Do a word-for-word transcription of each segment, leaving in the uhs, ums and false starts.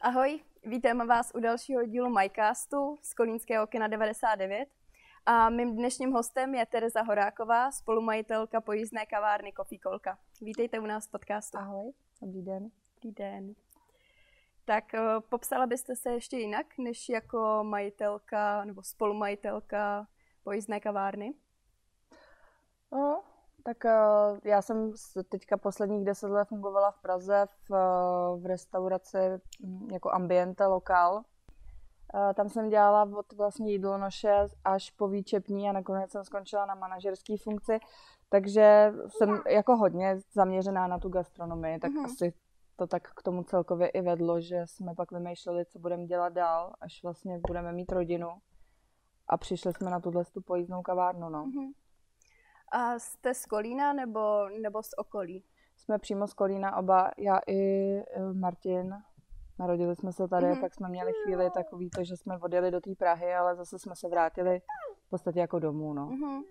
Ahoj, vítáme vás u dalšího dílu MyCastu z Kolínského kina devadesát devět. A mým dnešním hostem je Tereza Horáková, spolumajitelka pojízdné kavárny Kofíkolka. Vítejte u nás v podcastu. Ahoj, dobrý den. Dobrý den. Tak popsala byste se ještě jinak, než jako majitelka nebo spolumajitelka pojízdné kavárny? No, tak já jsem teďka posledních deset let fungovala v Praze v, v restauraci jako ambiente lokál. Tam jsem dělala od vlastně jídlonoše až po výčepní a nakonec jsem skončila na manažerské funkci, takže jsem jako hodně zaměřená na tu gastronomii, tak mm-hmm. asi to tak k tomu celkově i vedlo, že jsme pak vymýšleli, co budeme dělat dál, až vlastně budeme mít rodinu a přišli jsme na tuhle tu pojízdnou kavárnu, no. Mm-hmm. A jste z Kolína nebo, nebo z okolí? Jsme přímo z Kolína oba, já i Martin. Narodili jsme se tady, mm-hmm. pak jsme měli chvíli takový to, že jsme odjeli do té Prahy, ale zase jsme se vrátili v podstatě jako domů, no. Mm-hmm.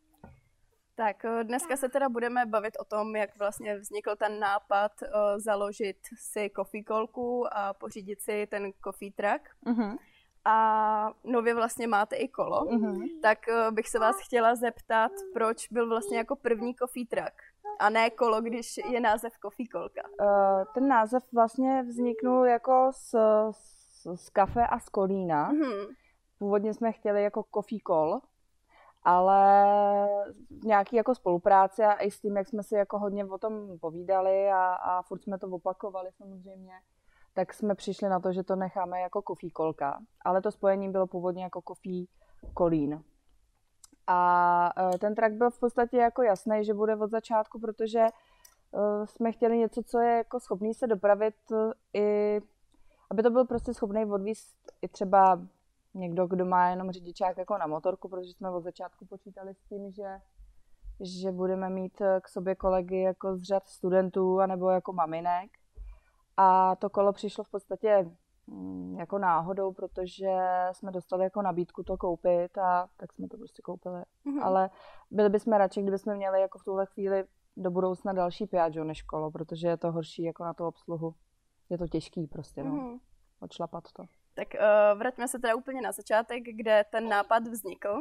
Tak dneska se teda budeme bavit o tom, jak vlastně vznikl ten nápad uh, založit si Kofíkolku a pořídit si ten coffee truck. Mm-hmm. A nově vlastně máte i kolo, mm-hmm. tak uh, bych se vás chtěla zeptat, proč byl vlastně jako první coffee truck a ne kolo, když je název Kofíkolka. Uh, ten název vlastně vzniknul jako z, z, z kafe a z Kolína. Mm-hmm. Původně jsme chtěli jako Kofíkol, ale v nějaký jako spolupráci a i s tím, jak jsme si jako hodně o tom povídali a, a furt jsme to opakovali samozřejmě, tak jsme přišli na to, že to necháme jako Kofíkolka, ale to spojení bylo původně jako Kofí Kolín. A ten track byl v podstatě jako jasný, že bude od začátku, protože jsme chtěli něco, co je jako schopný se dopravit i, aby to byl prostě schopný odvízt i třeba někdo, kdo má jenom řidičák jako na motorku, protože jsme od začátku počítali s tím, že, že budeme mít k sobě kolegy jako z řad studentů anebo jako maminek. A to kolo přišlo v podstatě jako náhodou, protože jsme dostali jako nabídku to koupit a tak jsme to prostě koupili. Mm-hmm. Ale byli bychom radši, kdybychom měli jako v tuhle chvíli do budoucna další Piaggio než kolo, protože je to horší jako na tu obsluhu. Je to těžký prostě, no. Mm-hmm. Odšlapat to. Tak uh, vraťme se teda úplně na začátek, kde ten nápad vznikl.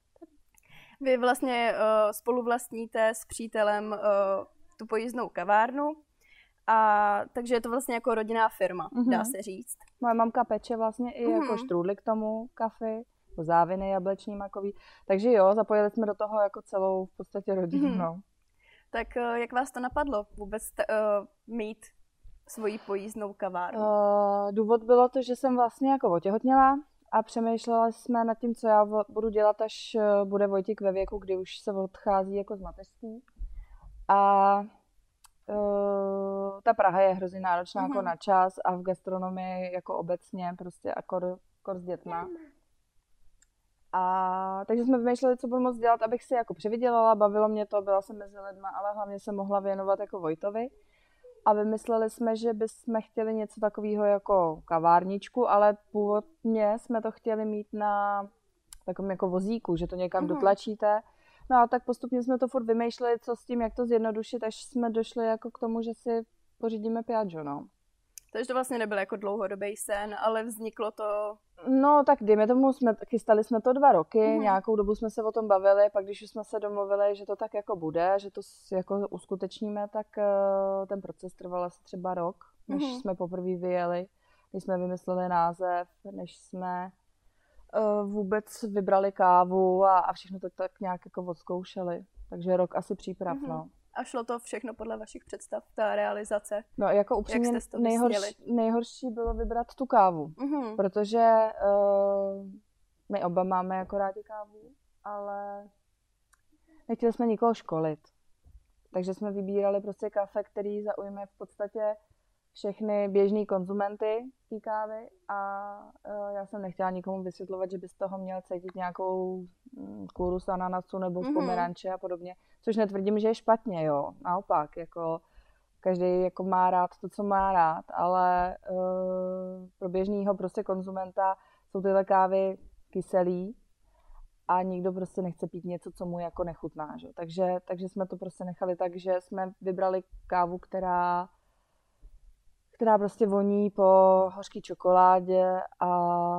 Vy vlastně uh, spoluvlastníte s přítelem uh, tu pojízdnou kavárnu, a takže je to vlastně jako rodinná firma, mm-hmm. dá se říct. Moje mamka peče vlastně i mm-hmm. jako štrůdly k tomu kafy, záviny jableční makový. Takže jo, zapojili jsme do toho jako celou v podstatě rodinu. Mm-hmm. No. Tak uh, jak vás to napadlo vůbec t- uh, mít svoji pojízdnou kavárnu? Uh, důvod bylo to, že jsem vlastně jako otěhotněla a přemýšlela jsme nad tím, co já budu dělat, až bude Vojtěk ve věku, kdy už se odchází jako z mateřství. A uh, ta Praha je hrozně náročná mm-hmm. jako na čas a v gastronomii jako obecně prostě akor, akor s dětma. A takže jsme vymýšleli, co budu moct dělat, abych si jako přivydělala, bavilo mě to, byla jsem mezi lidma, ale hlavně jsem mohla věnovat jako Vojtovi. A vymysleli jsme, že bychom chtěli něco takového jako kavárničku, ale původně jsme to chtěli mít na takovém jako vozíku, že to někam mm-hmm. dotlačíte. No a tak postupně jsme to furt vymýšleli, co s tím, jak to zjednodušit, až jsme došli jako k tomu, že si pořídíme Piaggio, no. Takže to vlastně nebyl jako dlouhodobý sen, ale vzniklo to... No tak dejme tomu, jsme, chystali jsme to dva roky, mm-hmm. nějakou dobu jsme se o tom bavili, pak když už jsme se domluvili, že to tak jako bude, že to jako uskutečníme, tak uh, ten proces trval asi třeba rok, než mm-hmm. jsme poprvé vyjeli, než jsme vymysleli název, než jsme uh, vůbec vybrali kávu a, a všechno to tak nějak jako odzkoušeli. Takže rok asi příprav, mm-hmm. no. A šlo to všechno podle vašich představ, ta realizace? No jako upřímně nejhorší, nejhorší bylo vybrat tu kávu, mm-hmm. protože uh, my oba máme jako rádi kávu, ale nechtěli jsme nikoho školit. Takže jsme vybírali prostě kafe, který zaujme v podstatě všechny běžný konzumenty té kávy a uh, já jsem nechtěla nikomu vysvětlovat, že by z toho měl cítit nějakou um, kůru z ananasu nebo z mm-hmm. pomeranče a podobně. Což netvrdím, že je špatně, jo. Naopak, jako každý jako má rád to, co má rád, ale uh, pro běžného prostě konzumenta jsou tyhle kávy kyselý a nikdo prostě nechce pít něco, co mu jako nechutná, že? Takže, takže jsme to prostě nechali tak, že jsme vybrali kávu, která která prostě voní po hořký čokoládě a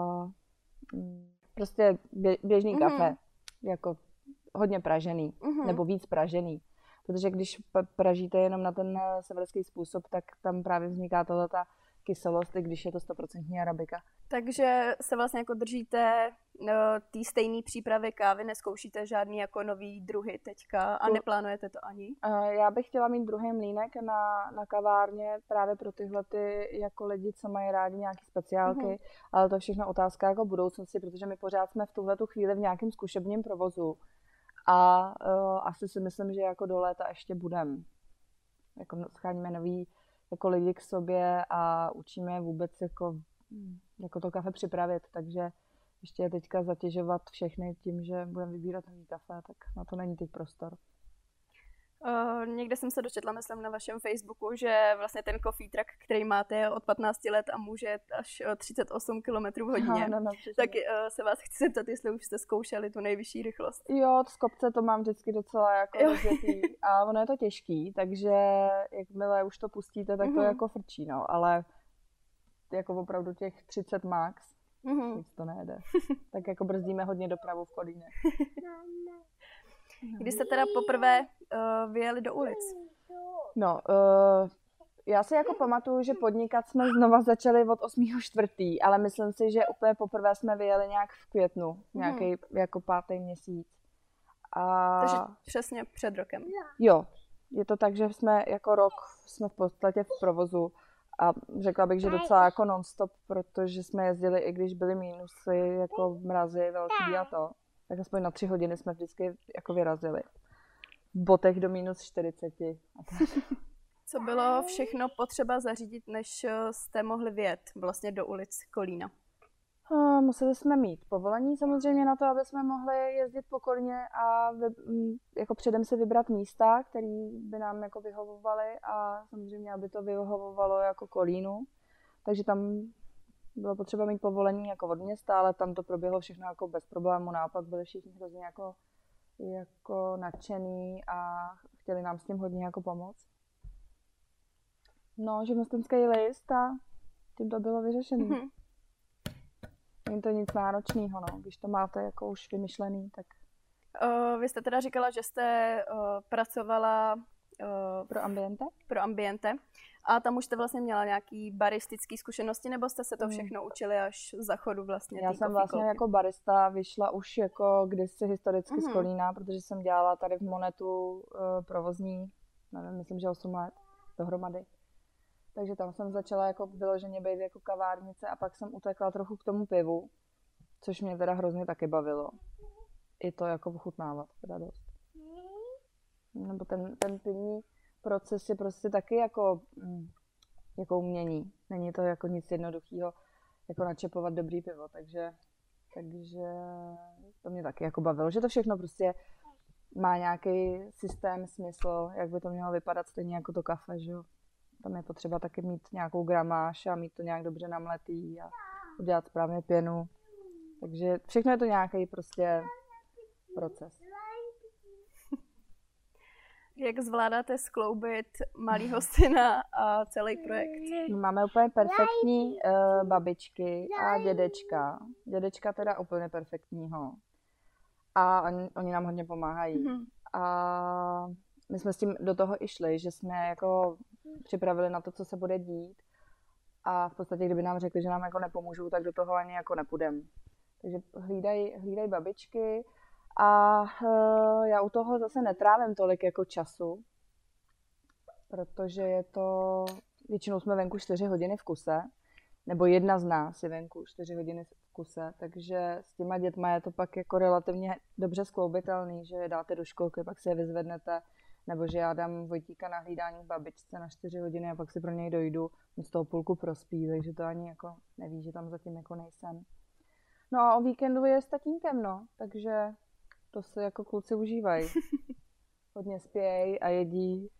prostě běžný mm-hmm. kafe, jako hodně pražený, mm-hmm. nebo víc pražený. Protože když pražíte jenom na ten severský způsob, tak tam právě vzniká tohleta kyselost, i když je to stoprocentní arabika. Takže se vlastně jako držíte no, té stejné přípravy kávy, neskoušíte žádný jako nový druhy teďka a neplánujete to ani? Já bych chtěla mít druhý mlýnek na, na kavárně právě pro tyhle ty jako lidi, co mají rádi nějaké speciálky, mm-hmm. ale to je všechno otázka jako budoucnosti, protože my pořád jsme v tuhletu chvíli v nějakém zkušebním provozu a uh, asi si myslím, že jako do léta ještě budem. Jako scháníme nový jako lidi k sobě a učíme je vůbec jako, jako to kafe připravit, takže ještě je teďka zatěžovat všechny tím, že budeme vybírat nový kafe, tak na to není teď prostor. Uh, někde jsem se dočetla, myslím, na vašem Facebooku, že vlastně ten coffee truck, který máte, je od patnácti let a může až třicet osm kilometrů v hodině. No, no, no, tak uh, se vás chci zeptat, jestli už jste zkoušeli tu nejvyšší rychlost. Jo, z kopce to mám vždycky docela jako rozjetý a ono je to těžký, takže jakmile už to pustíte, tak to mm-hmm. jako frčí, no, ale jako opravdu těch třicet max, mm-hmm. nic to nejde. Tak jako brzdíme hodně dopravu v Kolíně. Kdy jste teda poprvé uh, vyjeli do ulic? No, uh, já si jako pamatuju, že podnikat jsme znova začali od osmého čtvrtého ale myslím si, že úplně poprvé jsme vyjeli nějak v květnu, nějaký hmm. jako pátý měsíc. A... Takže přesně před rokem. Jo, je to tak, že jsme jako rok jsme v podstatě v provozu a řekla bych, že docela jako non-stop, protože jsme jezdili, i když byly mínusy, jako mrazy velký a to. Tak aspoň na tři hodiny jsme vždycky jako vyrazili. V botech do minus čtyřicet. Co bylo všechno potřeba zařídit, než jste mohli vyjet vlastně do ulic Kolína? Museli jsme mít povolení samozřejmě na to, aby jsme mohli jezdit po Kolíně a vy, jako předem si vybrat místa, které by nám jako vyhovovaly a samozřejmě, aby to vyhovovalo jako Kolínu. Takže tam bylo potřeba mít povolení jako od města, ale tam to proběhlo všechno jako bez problému. Naopak byli všichni hrozně jako, jako nadšený a chtěli nám s tím hodně jako pomoct. No, živnostenský list a tím to bylo vyřešené. Mm-hmm. Není to nic náročného, no. Když to máte jako už vymyšlený, tak... Uh, vy jste teda říkala, že jste uh, pracovala uh, pro Ambiente? Pro Ambiente. A tam už jste vlastně měla nějaký baristický zkušenosti, nebo jste se to všechno učili až za chodu vlastně? Já jsem vlastně jako barista vyšla už jako kdysi historicky mm-hmm. z Kolína, protože jsem dělala tady v Monetu uh, provozní, nevím, myslím, že osm let dohromady. Takže tam jsem začala jako vyloženě být jako kavárnice a pak jsem utekla trochu k tomu pivu, což mě teda hrozně taky bavilo. I to jako ochutnávat teda dost. Nebo ten, ten pivní proces je prostě taky jako, jako umění. Není to jako nic jednoduchého, jako načepovat dobrý pivo, takže, takže to mě taky jako bavilo, že to všechno prostě má nějaký systém, smysl, jak by to mělo vypadat, stejně jako to kafe, že jo. Tam je potřeba taky mít nějakou gramáž a mít to nějak dobře namletý a udělat správně pěnu. Takže všechno je to nějaký prostě proces. Jak zvládáte skloubit malýho syna a celý projekt? Máme úplně perfektní uh, babičky a dědečka. Dědečka teda úplně perfektního. A oni, oni nám hodně pomáhají. Mm-hmm. A my jsme s tím do toho i šli, že jsme jako připravili na to, co se bude dít. A v podstatě, kdyby nám řekli, že nám jako nepomůžou, tak do toho ani jako nepůjdeme. Takže hlídají hlídaj babičky. A uh, já u toho zase netrávím tolik jako času, protože je to, většinou jsme venku čtyři hodiny v kuse, nebo jedna z nás je venku čtyři hodiny v kuse, takže s těma dětma je to pak jako relativně dobře skloubitelný, že je dáte do školky, pak si je vyzvednete, nebo že já dám Vojtíka na hlídání k babičce na čtyři hodiny a pak si pro něj dojdu, z toho půlku prospí, takže to ani jako neví, že tam zatím jako nejsem. No a o víkendu je s tatínkem, no, takže to se jako kluci užívají. Hodně spějí a jedí.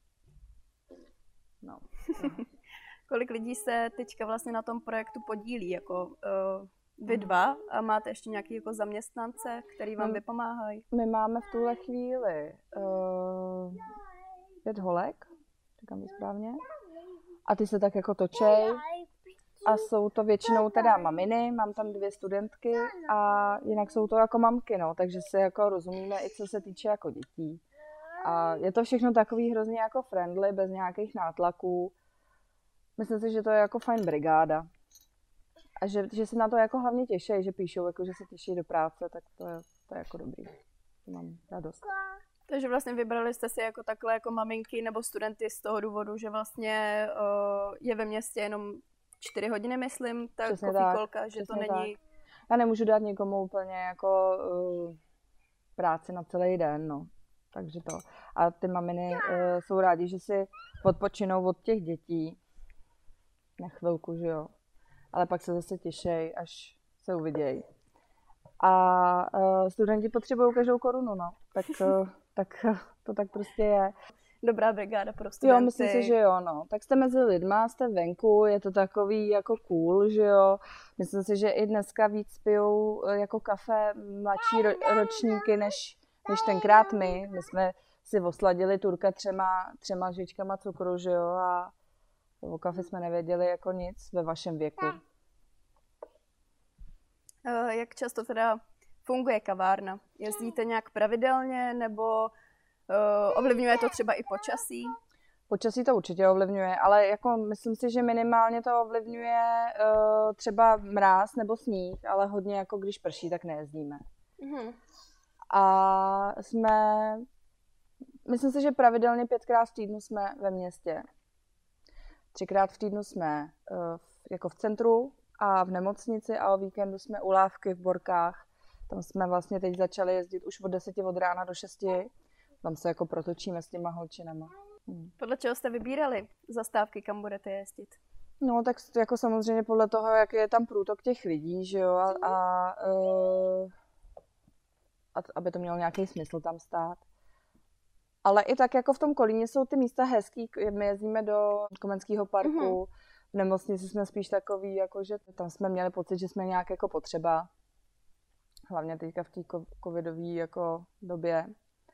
No. Kolik lidí se teďka vlastně na tom projektu podílí? Jako uh, vy dva a máte ještě nějaký jako zaměstnance, který vám vypomáhají? My máme v tuhle chvíli uh, pět holek, říkám to správně. a ty se tak jako točej. A jsou to většinou teda maminy, mám tam dvě studentky a jinak jsou to jako mamky, no, takže se jako rozumíme i co se týče jako dětí. A je to všechno takový hrozně jako friendly, bez nějakých nátlaků. Myslím si, že to je jako fajn brigáda. A že, že se na to jako hlavně těší, že píšou, jako, že se těší do práce, tak to je, to je jako dobrý. To mám radost. Takže vlastně vybrali jste si jako takhle jako maminky nebo studenty z toho důvodu, že vlastně uh, je ve městě jenom čtyři hodiny, myslím, ta kofíkolka, že to není... Tak. Já nemůžu dát někomu úplně jako uh, práci na celý den, no. Takže to. A ty maminy uh, jsou rádi, že si odpočinou od těch dětí na chvilku, že jo. Ale pak se zase těšej, až se uvidějí. A uh, studenti potřebují každou korunu, no. Tak, uh, tak to tak prostě je. Dobrá brigáda pro studenty. Jo, myslím si, že jo, no. Tak jste mezi lidma, jste venku, je to takový jako cool, že jo. Myslím si, že i dneska víc pijou jako kafe mladší ro- ročníky, než, než tenkrát my. My jsme si osladili Turka třema, třema lžičkama cukru, že jo, a o kafe jsme nevěděli jako nic ve vašem věku. Jak často teda funguje kavárna? Jezdíte nějak pravidelně, nebo Uh, ovlivňuje to třeba i počasí? Počasí to určitě ovlivňuje, ale jako myslím si, že minimálně to ovlivňuje uh, třeba mráz nebo sníh, ale hodně jako když prší, tak nejezdíme. Mm-hmm. A jsme, myslím si, že pravidelně pětkrát v týdnu jsme ve městě. Třikrát v týdnu jsme uh, jako v centru a v nemocnici a o víkendu jsme u Lávky v Borkách. Tam jsme vlastně teď začali jezdit už od deseti od rána do šesti. Tam se jako protočíme s těma holčinama. Hmm. Podle čeho jste vybírali zastávky, kam budete jezdit? No tak jako samozřejmě podle toho, jak je tam průtok těch lidí, že jo, a, a, a aby to mělo nějaký smysl tam stát. Ale i tak jako v tom Kolíně jsou ty místa hezký, my jezdíme do Komenského parku, mm-hmm. v nemocnici jsme spíš takový, jako že tam jsme měli pocit, že jsme nějak jako potřeba. Hlavně teďka v té covidové jako době.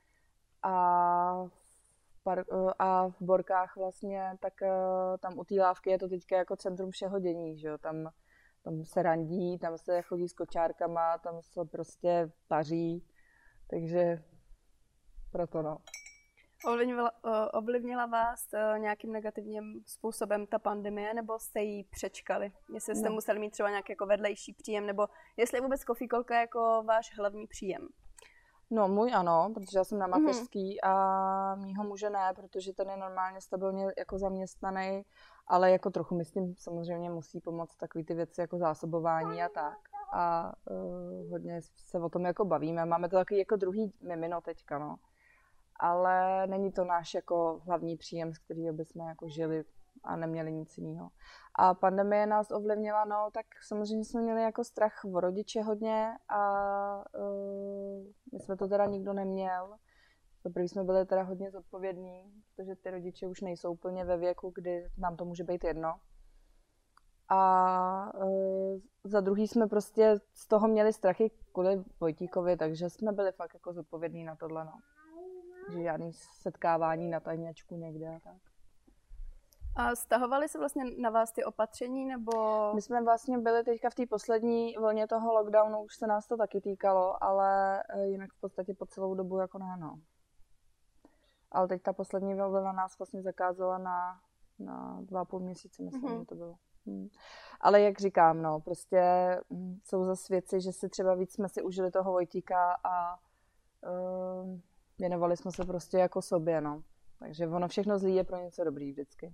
A v, par- a v Borkách vlastně, tak tam u té Lávky je to teďka jako centrum všeho dění, že jo, tam, tam se randí, tam se chodí s kočárkama, tam se prostě paří, takže proto no. Ovlivnila, ovlivnila vás nějakým negativním způsobem ta pandemie, nebo jste ji přečkali? Jestli jste no. museli mít třeba nějaký jako vedlejší příjem, nebo jestli je vůbec kofíkolka jako váš hlavní příjem? No můj ano, protože já jsem na mateřský mm-hmm. a mýho muže ne, protože ten je normálně stabilně jako zaměstnaný, ale jako trochu myslím samozřejmě musí pomoct takový ty věci jako zásobování a tak. A uh, hodně se o tom jako bavíme. Máme to takový jako druhý mimino teďka, no. Ale není to náš jako hlavní příjem, z kterého bychom jako žili a neměli nic jiného. A pandemie nás ovlivnila, no, tak samozřejmě jsme měli jako strach o rodiče hodně a uh, my jsme to teda nikdo neměl. Za první jsme byli teda hodně zodpovědní, protože ty rodiče už nejsou úplně ve věku, kdy nám to může být jedno. A uh, za druhý jsme prostě z toho měli strachy kvůli Vojtíkovi, takže jsme byli fakt jako zodpovědní na tohle, no. Že žádný setkávání na tajňačku někde a tak. A stahovaly se vlastně na vás ty opatření, nebo? My jsme vlastně byli teďka v té poslední vlně toho lockdownu, už se nás to taky týkalo, ale jinak v podstatě po celou dobu jako ne, no. Ale teď ta poslední vlna nás vlastně zakázala na, na dva a půl měsíce, myslím, mm-hmm. že to bylo. Hmm. Ale jak říkám, no, prostě hm, jsou zase věci, že si třeba víc jsme si užili toho Vojtíka a uh, věnovali jsme se prostě jako sobě, no. Takže ono všechno zlý je pro něco dobrý vždycky.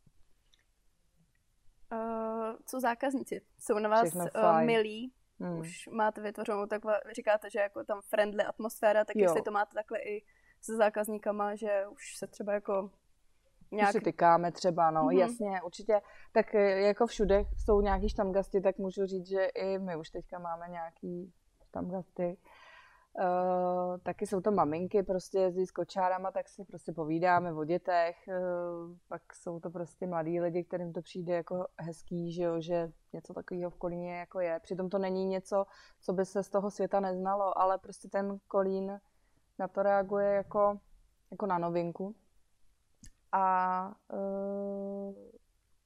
Uh, co zákazníci? Jsou na vás uh, milí? Hmm. Už máte vytvořenou takhle, říkáte, že jako tam friendly atmosféra, tak jo. Jestli to máte takhle i se zákazníkama, že už se třeba jako nějak... Už si tykáme třeba, no, mm-hmm. jasně, určitě. Tak jako všude jsou nějaký štamgasty, tak můžu říct, že i my už teďka máme nějaký štamgasty. Uh, taky jsou to maminky, prostě jezdí s kočárama, tak si prostě povídáme o dětech. Uh, pak jsou to prostě mladí lidi, kterým to přijde jako hezký, že, jo, že něco takového v Kolíně jako je. Přitom to není něco, co by se z toho světa neznalo, ale prostě ten Kolín na to reaguje jako, jako na novinku. A uh,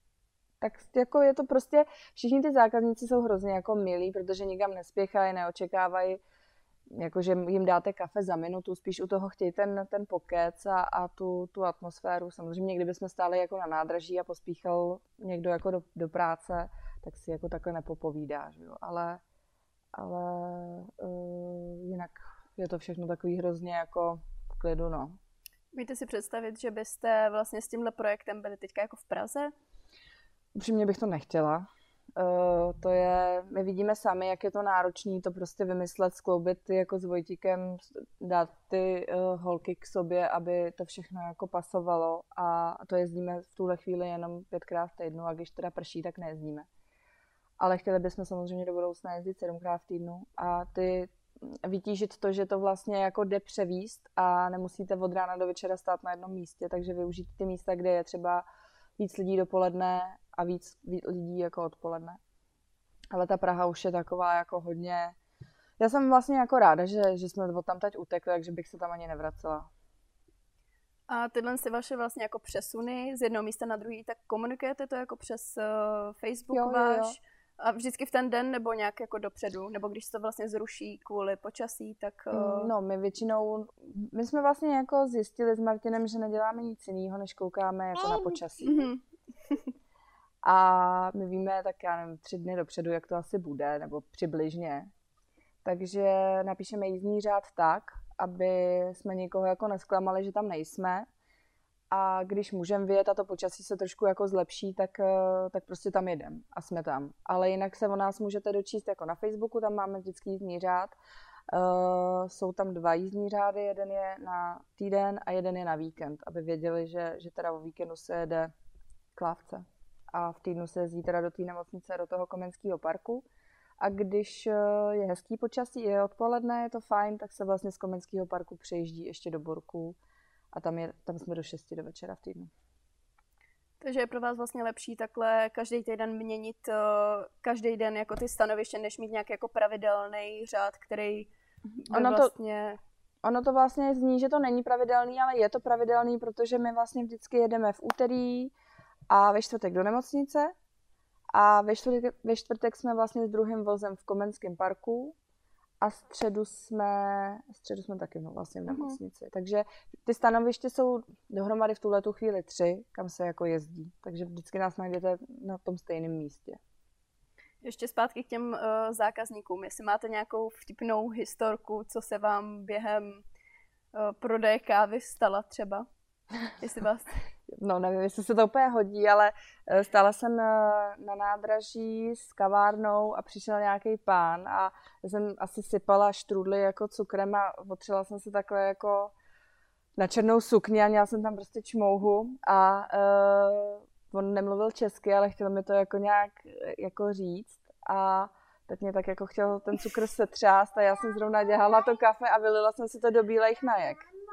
Tak jako je to prostě, všichni ty zákazníci jsou hrozně jako milí, protože nikam nespěchají, neočekávají, jakože jim dáte kafe za minutu, spíš u toho chtějí ten, ten pokec a, a tu, tu atmosféru. Samozřejmě, kdybychom stáli jako na nádraží a pospíchal někdo jako do, do práce, tak si jako takhle nepopovídá, že jo? Ale, ale uh, jinak je to všechno takový hrozně jako v klidu, no. Můžete si představit, že byste vlastně s tímhle projektem byli teďka jako v Praze? Upřímně bych to nechtěla. Uh, to je, my vidíme sami, jak je to náročné to prostě vymyslet, skloubit jako s Vojtíkem, dát ty uh, holky k sobě, aby to všechno jako pasovalo a to jezdíme v tuhle chvíli jenom pětkrát v týdnu a když teda prší, tak nejezdíme. Ale chtěli bychom samozřejmě do budoucna jezdit sedmkrát v týdnu a ty vytížit to, že to vlastně jako jde převíst a nemusíte od rána do večera stát na jednom místě, takže využít ty místa, kde je třeba víc lidí dopoledne a víc, víc lidí jako odpoledne. Ale ta Praha už je taková jako hodně... Já jsem vlastně jako ráda, že, že jsme od tam teď utekli, takže bych se tam ani nevracela. A tyhle si vaše vlastně jako přesuny z jednoho místa na druhý, tak komunikujete to jako přes uh, Facebook jo, váš? Jo, jo. A vždycky v ten den nebo nějak jako dopředu? Nebo když se to vlastně zruší kvůli počasí, tak... Uh... No, my většinou... My jsme vlastně jako zjistili s Martinem, že neděláme nic jiného, než koukáme jako na počasí. Mm-hmm. A my víme tak, já nevím, tři dny dopředu, jak to asi bude, nebo přibližně. Takže napíšeme jízdní řád tak, aby jsme nikoho jako nesklamali, že tam nejsme. A když můžeme vyjet a to počasí se trošku jako zlepší, tak, tak prostě tam jedem a jsme tam. Ale jinak se o nás můžete dočíst jako na Facebooku, tam máme vždycky jízdní řád. Uh, jsou tam dva jízdní řády, jeden je na týden a jeden je na víkend, aby věděli, že, že teda o víkendu se jede k lávce. A v týdnu se jezdí teda do té nemocnice, do toho Komenského parku. A když je hezký počasí, je odpoledne, je to fajn, tak se vlastně z Komenského parku přejíždí ještě do Borků. A tam, je, tam jsme do šesti do večera v týdnu. Takže je pro vás vlastně lepší takhle každý týden měnit uh, každý den jako ty stanoviště, než mít nějaký jako pravidelný řád, který ono vlastně... To, ono to vlastně zní, že to není pravidelný, ale je to pravidelný, protože my vlastně vždycky jedeme v úterý a ve čtvrtek do nemocnice a ve čtvrtek, ve čtvrtek jsme vlastně s druhým vozem v Komenském parku. A středu jsme, středu jsme taky no, vlastně v nemocnici. Uh-huh. Takže ty stanoviště jsou dohromady v tuhletu chvíli tři, kam se jako jezdí. Takže vždycky nás najdete na tom stejném místě. Ještě zpátky k těm uh, zákazníkům. Jestli máte nějakou vtipnou historku, co se vám během uh, prodeje kávy stala třeba? Jestli vás... No nevím, jestli se to úplně hodí, ale stála jsem na nádraží s kavárnou a přišel nějaký pán a já jsem asi sypala štrudly jako cukrem a otřela jsem se takhle jako na černou sukni a měla jsem tam prostě čmouhu a uh, on nemluvil česky, ale chtěl mi to jako nějak jako říct a tak mě tak jako chtěl ten cukr setřást a já jsem zrovna dělala to kafe a vylila jsem si to do bílejch najek.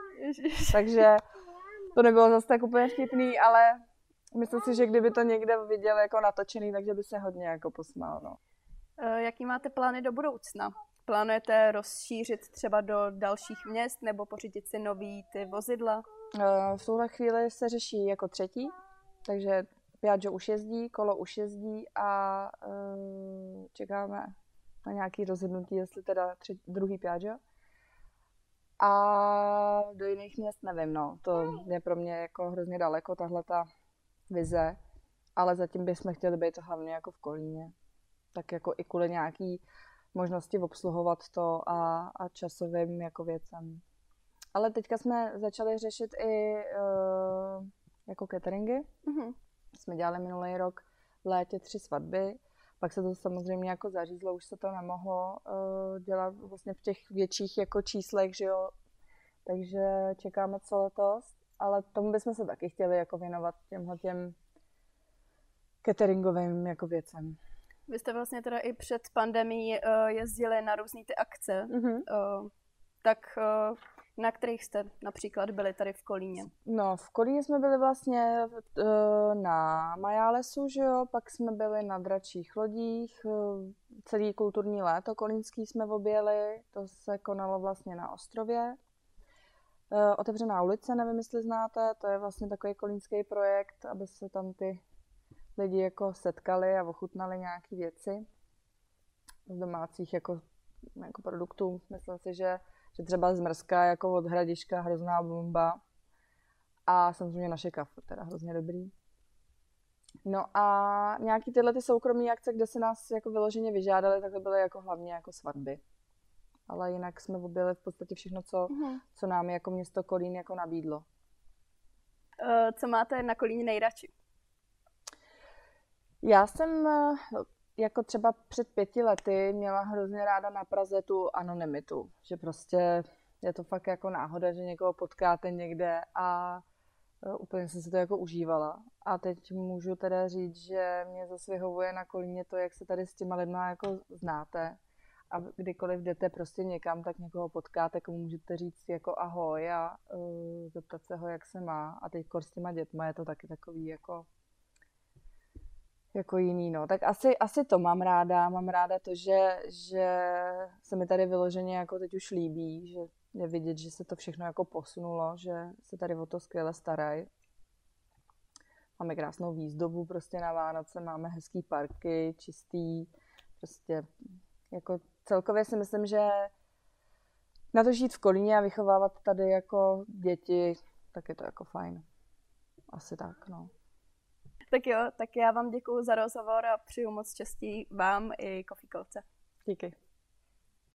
Takže to nebylo zase tak úplně vtipný, ale myslím si, že kdyby to někde viděl jako natočený, takže by se hodně jako posmál, no. Jaký máte plány do budoucna? Plánujete rozšířit třeba do dalších měst nebo pořídit si nový ty vozidla? V tuhle chvíli se řeší jako třetí, takže Piaggio už jezdí, kolo už jezdí a uh, čekáme na nějaké rozhodnutí, jestli teda třetí, druhý Piaggio. A do jiných měst nevím, no. To je pro mě jako hrozně daleko, tahle ta vize. Ale zatím bychom chtěli být hlavně jako v Kolíně. Tak jako i kvůli nějaký možnosti obsluhovat to a, a časovým jako věcem. Ale teďka jsme začali řešit i uh, jako cateringy. Mm-hmm. Jsme dělali minulý rok v létě tři svatby. Pak se to samozřejmě jako zařízlo, už se to nemohlo uh, dělat vlastně v těch větších jako číslech, že jo. Takže čekáme co letos, ale tomu bychom se taky chtěli jako věnovat těmhle těm cateringovým jako věcem. Vy jste vlastně teda i před pandemií uh, jezdili na různý ty akce, mm-hmm. uh, tak uh, na kterých jste například byli tady v Kolíně? No, v Kolíně jsme byli vlastně uh, na Majálesu, že jo, pak jsme byli na Dračích lodích, uh, celý kulturní léto kolínský jsme objeli, to se konalo vlastně na ostrově. Uh, Otevřená ulice, nevím, jestli znáte, to je vlastně takový kolínský projekt, aby se tam ty lidi jako setkali a ochutnali nějaké věci z domácích jako, jako produktů. Myslím si, že, že třeba zmrzka jako od Hradiška hrozná bomba. A samozřejmě naše kafe, teda hrozně dobrý. No a nějaký tyhle ty soukromí akce, kde se nás jako vyloženě vyžádali, tak to byly jako hlavně jako svatby. Ale jinak jsme objeli v podstatě všechno, co, mm-hmm. co nám jako město Kolín jako nabídlo. Uh, co máte na Kolíně nejradši? Já jsem jako třeba před pěti lety měla hrozně ráda na Praze tu anonymitu. Že prostě je to fakt jako náhoda, že někoho potkáte někde a úplně jsem si to jako užívala. A teď můžu teda říct, že mě zase vyhovuje na Kolíně to, jak se tady s těma lidma jako znáte. A kdykoliv jdete prostě někam, tak někoho potkáte, komu můžete říct jako ahoj a uh, zeptat se ho, jak se má. A teď s těma dětma je to taky takový jako, jako jiný, no. Tak asi, asi to mám ráda. Mám ráda to, že, že se mi tady vyloženě jako teď už líbí, že je vidět, že se to všechno jako posunulo, že se tady o to skvěle starají. Máme krásnou výzdobu prostě na Vánoce, máme hezký parky, čistý, prostě jako celkově si myslím, že na to žít v Kolíně a vychovávat tady jako děti, tak je to jako fajn. Asi tak, no. Tak jo, tak já vám děkuju za rozhovor a přeju moc štěstí vám i Kofíkolce. Díky.